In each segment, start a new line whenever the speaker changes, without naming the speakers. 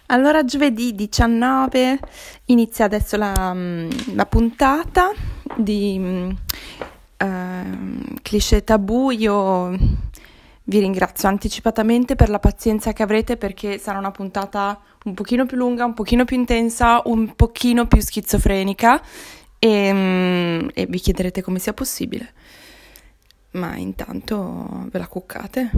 Allora, giovedì 19 inizia adesso la puntata di Cliché Tabù. Io vi ringrazio anticipatamente per la pazienza che avrete, perché sarà una puntata un pochino più lunga, un pochino più intensa, un pochino più schizofrenica e vi chiederete come sia possibile. Ma intanto ve la cuccate.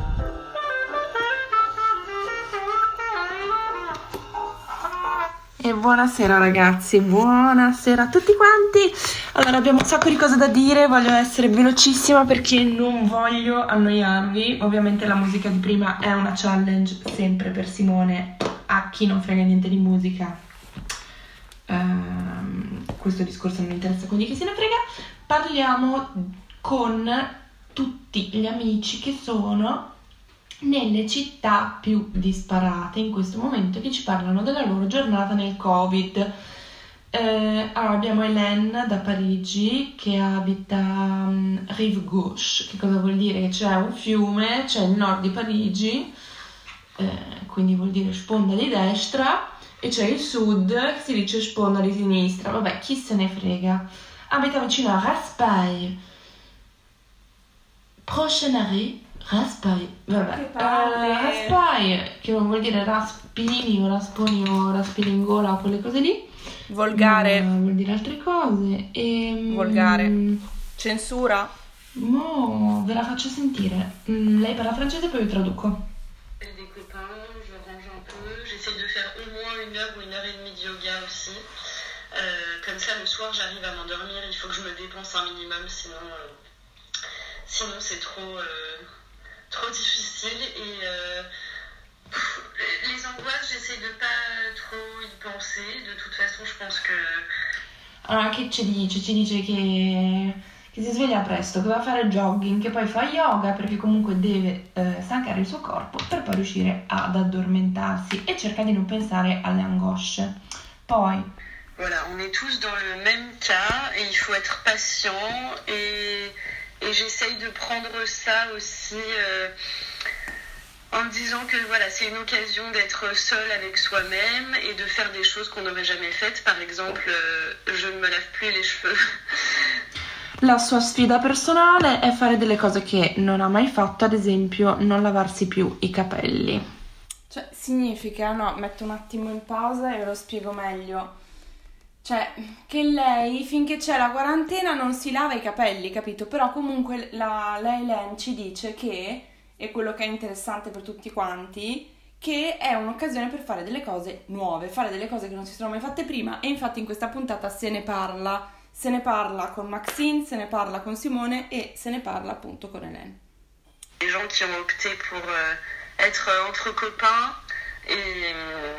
E buonasera ragazzi, buonasera a tutti quanti. Allora, abbiamo un sacco di cose da dire, voglio essere velocissima perché non voglio annoiarvi. Ovviamente la musica di prima è una challenge sempre per Simone, a chi non frega niente di musica. Questo discorso non interessa, quindi chi se ne frega. Parliamo con tutti gli amici che sono nelle città più disparate in questo momento, che ci parlano della loro giornata nel Covid. Allora, abbiamo Hélène da Parigi che abita Rive Gauche, che cosa vuol dire? Che c'è un fiume, c'è il nord di Parigi, quindi vuol dire sponda di destra, e c'è il sud che si dice sponda di sinistra. Vabbè, chi se ne frega. Abita vicino a Raspail, Prochainary. Raspail, vabbè, Raspail, che non vuol dire raspini o rasponi o raspilingola o quelle cose lì.
Volgare.
Vuol dire altre cose.
Volgare. Censura.
Mo ve la faccio sentire. Lei parla francese, poi vi traduco.
Des copains, je range un peu, j'essaie de faire au moins 1 heure ou 1 heure et demie de yoga aussi. Comme ça, le soir, j'arrive à m'endormir. Il faut que je me dépense un minimum, sinon c'est trop difficile. Et les angoisses, j'essaie de pas trop y penser. De toute façon, je pense que...
Allora, che ci dice? Ci dice che si sveglia presto, che va a fare jogging, che poi fa yoga perché comunque deve stancare il suo corpo per poi riuscire ad addormentarsi, e cerca di non pensare alle angosce. Poi
voilà, on est tous dans le même cas et il faut être patient et j'essaye de prendre ça aussi en me disant que voilà, c'est une occasion d'être seul avec soi-même et de faire des choses qu'on n'aurait jamais faites. Par exemple, je ne me lave plus les cheveux.
La sua sfida personale è fare delle cose che non ha mai fatto, ad esempio non lavarsi più i capelli.
Cioè, significa, no, metto un attimo in pausa e ve lo spiego meglio. Cioè, che lei, finché c'è la quarantena, non si lava i capelli, capito? Però comunque la Hélène ci dice che, e quello che è interessante per tutti quanti, che è un'occasione per fare delle cose nuove, fare delle cose che non si sono mai fatte prima, e infatti in questa puntata se ne parla con Maxine, se ne parla con Simone e se ne parla appunto con Hélène.
Les gens qui ont opté pour être entre copains et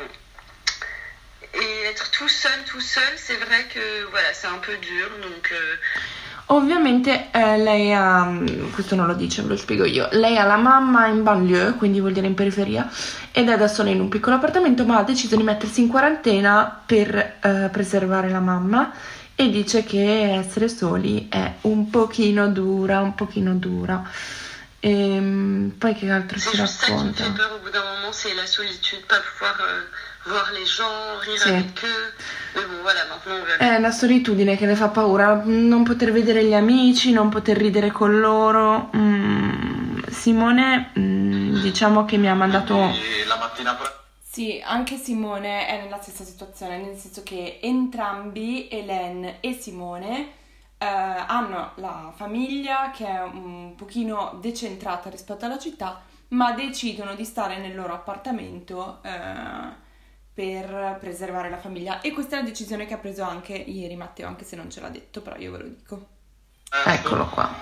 être tout seul, c'est vrai que voilà, c'est un peu dur, donc...
Ovviamente lei ha, questo non lo dice, ve lo spiego io, lei ha la mamma in banlieue, quindi vuol dire in periferia, ed è da sola in un piccolo appartamento, ma ha deciso di mettersi in quarantena per preservare la mamma, e dice che essere soli è un pochino dura. Poi che altro ci racconta?
C'est juste ça qui me fait peur au bout d'un moment, c'est la solitude, pas pouvoir voir les gens, rire avec eux. Mais bon, voilà, maintenant on verra.
È la solitudine che le fa paura, non poter vedere gli amici, non poter ridere con loro. Simone, diciamo che mi ha mandato...
La mattina
Sì, anche Simone è nella stessa situazione, nel senso che entrambi, Hélène e Simone, hanno la famiglia che è un pochino decentrata rispetto alla città, ma decidono di stare nel loro appartamento per preservare la famiglia, e questa è la decisione che ha preso anche ieri Matteo, anche se non ce l'ha detto, però io ve lo dico.
Eccolo qua.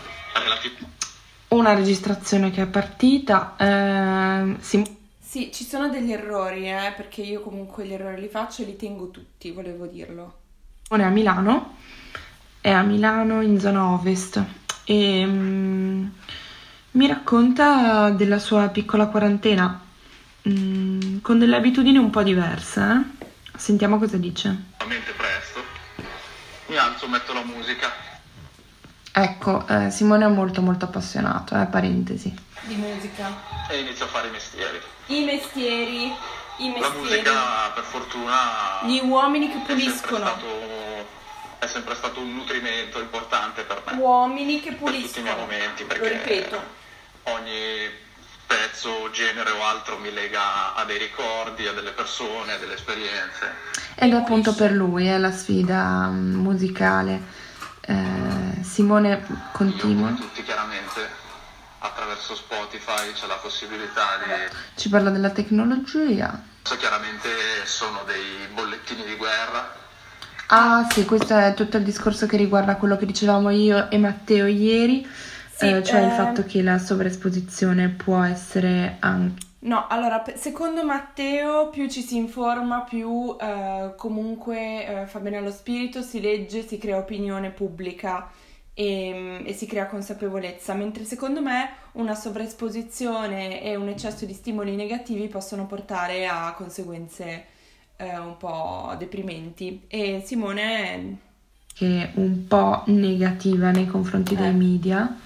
Una registrazione che è partita.
Sì, ci sono degli errori, perché io comunque gli errori li faccio e li tengo tutti, volevo dirlo.
Simone è a Milano in zona ovest, e mi racconta della sua piccola quarantena, con delle abitudini un po' diverse. Sentiamo cosa dice.
Veramente presto, mi alzo, metto la musica.
Ecco, Simone è molto molto appassionato, parentesi.
Di musica.
E inizio a fare i mestieri.
I mestieri. I
La
mestieri.
musica, per fortuna,
Gli uomini che
è sempre
puliscono.
è sempre stato un nutrimento importante per me,
Uomini che
per tutti i miei
puliscono.
momenti,
Lo
perché
ripeto.
ogni pezzo, genere o altro mi lega a dei ricordi, a delle persone, a delle esperienze.
Ed è appunto per lui, è la sfida musicale. Simone
Io,
continua,
come tutti, chiaramente, attraverso Spotify c'è la possibilità di...
ci parla della tecnologia.
Chiaramente sono dei bollettini di guerra.
Ah sì, questo è tutto il discorso che riguarda quello che dicevamo io e Matteo ieri,
Sì,
cioè il fatto che la sovraesposizione può essere anche...
No, allora, secondo Matteo più ci si informa, più comunque fa bene allo spirito, si legge, si crea opinione pubblica e si crea consapevolezza, mentre secondo me una sovraesposizione e un eccesso di stimoli negativi possono portare a conseguenze un po' deprimenti. E Simone...
che è un po' negativa nei confronti dei media.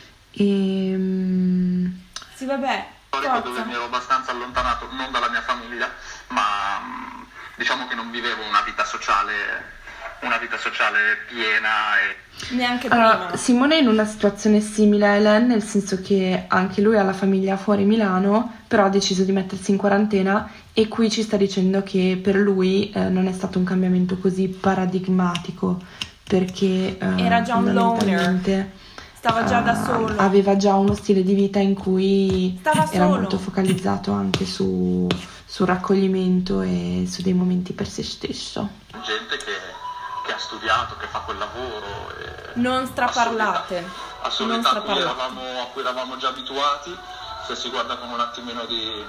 Sì, vabbè,
Dove
forza.
mi ero abbastanza allontanato, non dalla mia famiglia, ma diciamo che non vivevo una vita sociale piena e
Neanche
Allora,
prima.
Simone è in una situazione simile a Helen, nel senso che anche lui ha la famiglia fuori Milano, però ha deciso di mettersi in quarantena e qui ci sta dicendo che per lui non è stato un cambiamento così paradigmatico, perché
Era già un loner.
fondamentalmente,
Stava già da solo.
aveva già uno stile di vita in cui
Stava
era
solo.
molto focalizzato anche sul raccoglimento e su dei momenti per se stesso.
gente che ha studiato, che fa quel lavoro.
Non straparlate.
Assurdità
Non straparlate.
a cui eravamo già abituati, se si guarda con un attimino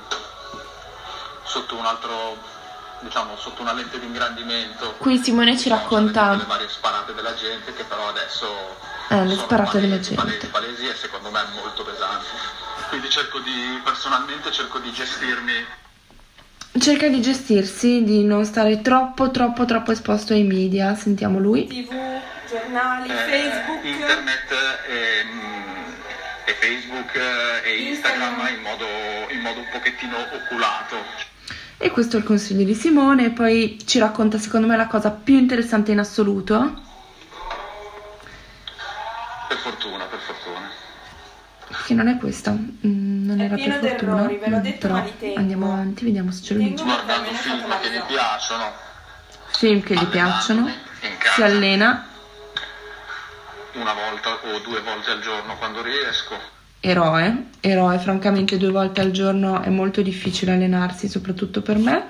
sotto un altro, diciamo, sotto una lente di ingrandimento.
Qui Simone ci racconta
le varie sparate della gente che però adesso
le
sono
sparate della
palesi,
gente.
palesi e secondo me molto pesanti. Quindi personalmente cerco di gestirmi.
Cerca di gestirsi, di non stare troppo esposto ai media. Sentiamo lui.
TV, giornali, Facebook.
Internet e Facebook e Instagram in modo un pochettino oculato.
E questo è il consiglio di Simone. E poi ci racconta, secondo me, la cosa più interessante in assoluto.
Per fortuna.
Che non è questa. Non
È
era
pieno
per fortuna.
d'errori, ve l'ho detto,
però
ma li tengo.
andiamo avanti, vediamo se ce lo
Tengo
dice.
perché
Guardando
almeno
film
fate la
che mi
risata.
piacciono,
Film che gli piacciono.
in
Si
casa,
allena.
una volta o 2 volte al giorno quando riesco.
Eroe, francamente 2 volte al giorno è molto difficile allenarsi, soprattutto per me.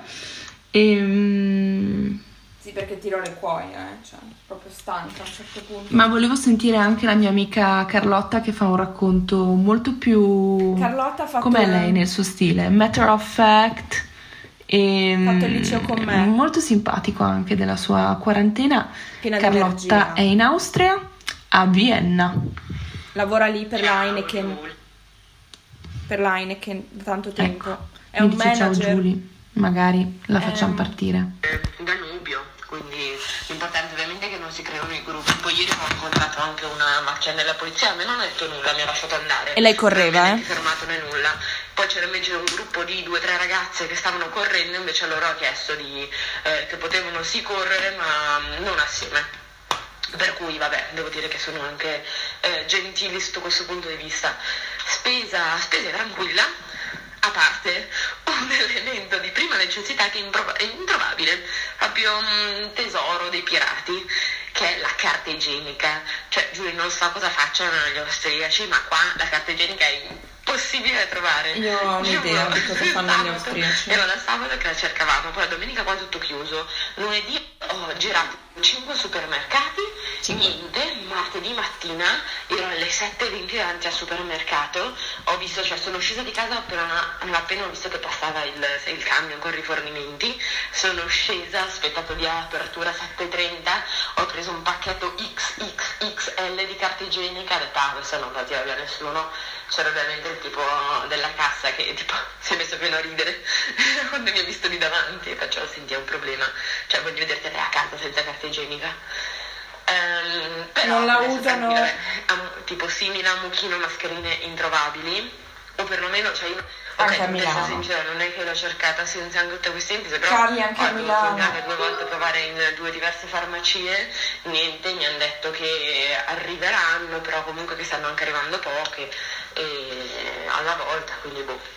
Sì, perché tiro le cuoia, cioè, proprio stanca a un certo punto.
Ma volevo sentire anche la mia amica Carlotta che fa un racconto molto più...
Carlotta ha fatto...
Com'è lei nel suo stile? Matter of fact. E
Ha fatto il liceo con me.
molto simpatico anche della sua quarantena.
Piena di
Carlotta
energia.
è in Austria, a Vienna.
Lavora lì per l'Heineken. Per l'Heineken da tanto tempo. È
Mi
un
dice ciao
manager.
Giulia, magari la facciamo partire.
Danubio, quindi l'importante ovviamente è che non si creano i gruppi. Poi ieri ho incontrato anche una macchia della polizia, a me non ha detto nulla, mi ha lasciato andare.
E lei correva,
Non mi ha fermato né nulla. Poi c'era invece un gruppo di 2 o 3 ragazze che stavano correndo, invece a loro ho chiesto che potevano sì correre ma non assieme. Per cui vabbè, devo dire che sono anche gentili sotto questo punto di vista. Spesa tranquilla, a parte un elemento di prima necessità che è introvabile, proprio un tesoro dei pirati, che è la carta igienica. Cioè, Giulia, non so cosa facciano gli austriaci, ma qua la carta igienica è impossibile da trovare.
Io ho un'idea di cosa fanno gli austriaci.
Era la sabato che la cercavamo, poi la domenica qua tutto chiuso. Lunedì ho girato 5 supermercati, niente. Martedì mattina ero alle 7:20 davanti al supermercato, ho visto, cioè sono scesa di casa appena ho visto che passava il camion con rifornimenti, sono scesa, ho aspettato di apertura 7:30, ho preso un pacchetto XXXL di carta igienica, ho detto questo non la tira via nessuno. C'era ovviamente il tipo della cassa che tipo si è messo pieno a ridere quando mi ha visto lì davanti e faccio senti è un problema, cioè voglio vederti a casa senza carta igienica. Però
Non la
adesso
usano.
tranquilla, tipo simile a mucchino mascherine introvabili, o perlomeno, cioè io,
Anche
ok,
a
per essere
Milano.
sincera, non è che l'ho cercata senza tutte queste impese, però
Carli, anche a
ho dovuto
Milano.
andare 2 volte a provare in 2 diverse farmacie, niente, mi hanno detto che arriveranno, però comunque che stanno anche arrivando poche alla volta, quindi boh.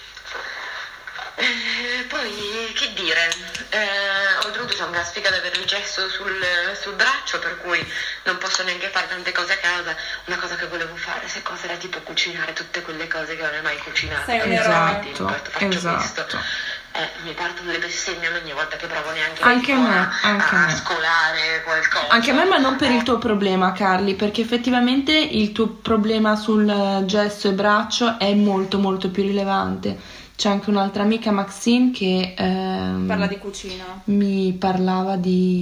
Poi che dire, oltretutto c'è una sfiga di avere il gesso sul braccio, per cui non posso neanche fare tante cose a casa. Una cosa che volevo fare, se cosa era tipo cucinare tutte quelle cose che non hai mai cucinato.
Sei un
eroe.
Faccio
Esatto.
questo. Mi partono le bestemmiole ogni volta che provo neanche
Anche a me,
a
anche a me.
scolare qualcosa.
Anche a me, ma non per il tuo problema, Carli, perché effettivamente il tuo problema sul gesso e braccio è molto molto più rilevante. C'è anche un'altra amica, Maxine, che
Parla di cucina.
mi parlava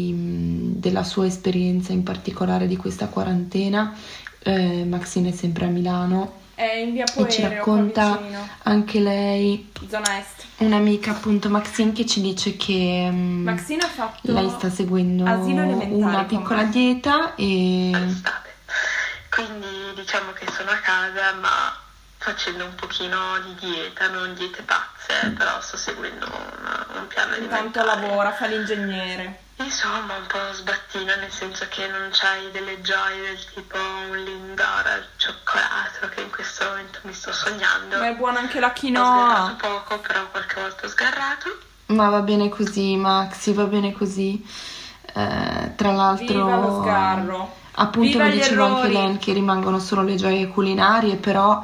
della sua esperienza, in particolare di questa quarantena. Maxine è sempre a Milano
È in via
e ci
Poereo, qua
racconta
vicino,
anche lei,
zona est.
un'amica appunto, Maxine, che ci dice che
Maxine ha fatto
lei sta seguendo
asilo elementare
una
con
piccola
me.
dieta e
Vabbè. Quindi diciamo che sono a casa, ma facendo un pochino di dieta, non diete pazze, però sto seguendo un piano
Intanto
alimentare.
lavora, fa l'ingegnere.
Insomma, un po' sbattina, nel senso che non c'hai delle gioie del tipo un Lindor al cioccolato, che in questo momento mi sto sognando.
Ma è buona anche la
Ho
quinoa.
sgarrato poco, però qualche volta ho sgarrato.
ma va bene così, Maxi, va bene così. Tra l'altro,
Viva lo sgarro.
appunto,
Viva
lo
gli
diceva anche
errori.
lei, che rimangono solo le gioie culinarie, però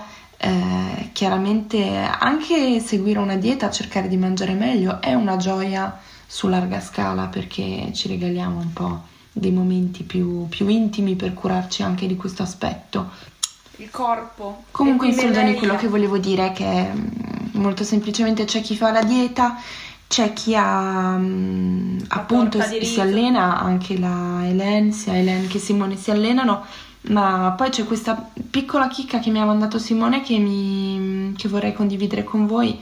chiaramente anche seguire una dieta, cercare di mangiare meglio è una gioia su larga scala, perché ci regaliamo un po' dei momenti più intimi per curarci anche di questo aspetto.
Il corpo.
Comunque,
E
in
quindi
soldoni,
lei-
quello che volevo dire è che molto semplicemente c'è chi fa la dieta, c'è chi ha appunto
torta di
si
riso.
allena, anche la Hélène, sia Hélène che Simone si allenano, ma poi c'è questa piccola chicca che mi ha mandato Simone che vorrei condividere con voi.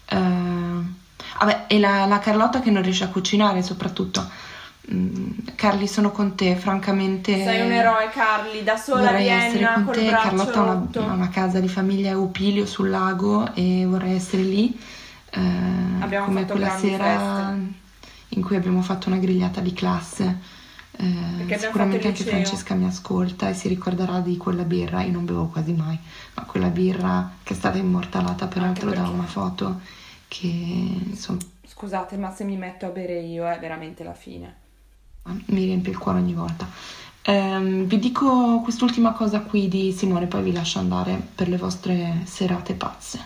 Vabbè, e la Carlotta che non riesce a cucinare soprattutto. Carli, sono con te, francamente.
Sei un eroe, Carli, da sola a
Vorrei essere
Vienna
con
col
te.
braccio
Carlotta ha
rotto.
una casa di famiglia a Upilio sul lago e vorrei essere lì,
Abbiamo
come
fatto
quella
grandi
sera
feste.
in cui abbiamo fatto una grigliata di classe.
abbiamo
Sicuramente
fatto il
anche
liceo.
Francesca mi ascolta e si ricorderà di quella birra. Io non bevo quasi mai, ma quella birra che è stata immortalata peraltro da
perché-
una foto che insomma
Scusate, ma se mi metto a bere io è veramente la fine.
mi riempie il cuore ogni volta. Vi dico quest'ultima cosa qui di Simone, poi vi lascio andare per le vostre serate pazze.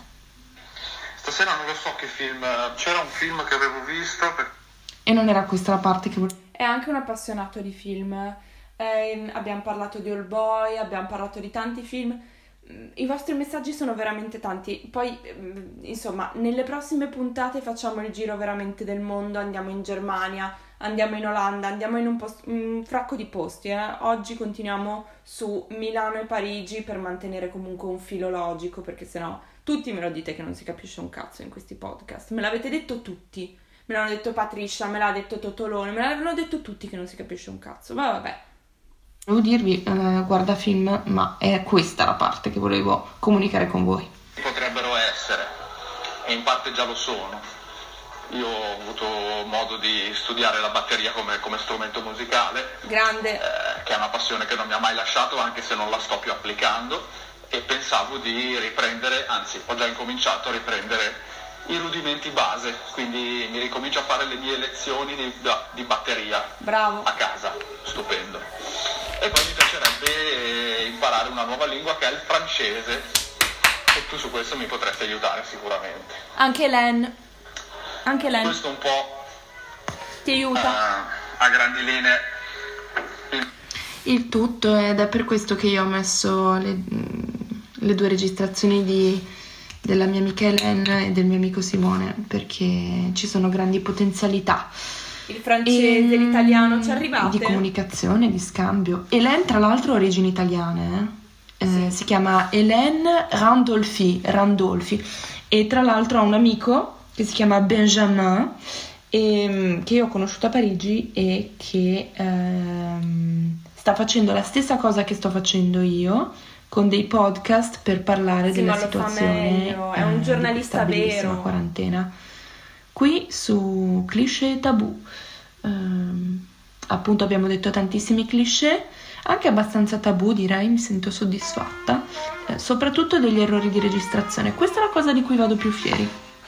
Stasera non lo so che film, c'era un film che avevo visto,
E non era questa la parte che volevo.
È anche un appassionato di film. Abbiamo parlato di All Boy, abbiamo parlato di tanti film. I vostri messaggi sono veramente tanti. Poi, insomma, nelle prossime puntate facciamo il giro veramente del mondo. Andiamo in Germania, andiamo in Olanda, andiamo in un fracco di posti. Oggi continuiamo su Milano e Parigi per mantenere comunque un filo logico, perché sennò tutti me lo dite che non si capisce un cazzo in questi podcast. Me l'avete detto tutti. Me l'hanno detto Patricia, me l'ha detto Totolone, me l'hanno detto tutti che non si capisce un cazzo. Ma vabbè.
Volevo dirvi, guarda film, ma è questa la parte che volevo comunicare con voi.
potrebbero essere, e in parte già lo sono. Io ho avuto modo di studiare la batteria come strumento musicale,
Grande.
che è una passione che non mi ha mai lasciato, anche se non la sto più applicando, e pensavo di riprendere, anzi ho già incominciato a riprendere i rudimenti base, quindi mi ricomincio a fare le mie lezioni di batteria
Bravo.
a casa, stupendo. E poi mi piacerebbe imparare una nuova lingua che è il francese, e tu su questo mi potresti aiutare sicuramente.
Anche Len. Anche Len
Questo un po'
ti aiuta.
a grandi linee.
Il tutto, ed è per questo che io ho messo le due registrazioni della mia amica Hélène e del mio amico Simone, perché ci sono grandi potenzialità
Il francese, l'italiano, ci arrivate?
di comunicazione, di scambio. Hélène tra l'altro ha origini italiane, si chiama Hélène Randolfi, e tra l'altro ha un amico che si chiama Benjamin, che io ho conosciuto a Parigi e che sta facendo la stessa cosa che sto facendo io, con dei podcast per parlare
Sì,
della
ma lo fa
situazione
meglio, è un giornalista
di questa bellissima
vero.
quarantena. Qui su Cliché Tabù appunto abbiamo detto tantissimi cliché, anche abbastanza tabù direi, mi sento soddisfatta, soprattutto degli errori di registrazione. Questa è la cosa di cui vado più fieri,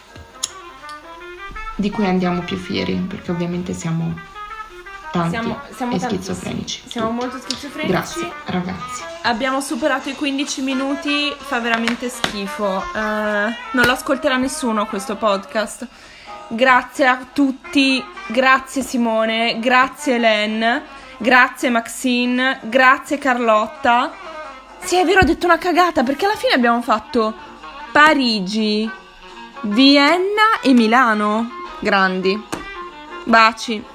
di cui andiamo più fieri, perché ovviamente siamo tanti
Siamo
e
tantissimi.
schizofrenici.
Siamo
tutti.
molto schizofrenici.
Grazie ragazzi.
Abbiamo superato i 15 minuti, fa veramente schifo. Non lo ascolterà nessuno questo podcast. Grazie a tutti, grazie Simone, grazie Len, grazie Maxine, grazie Carlotta. Sì, è vero, ho detto una cagata, perché alla fine abbiamo fatto Parigi, Vienna e Milano. Grandi. Baci.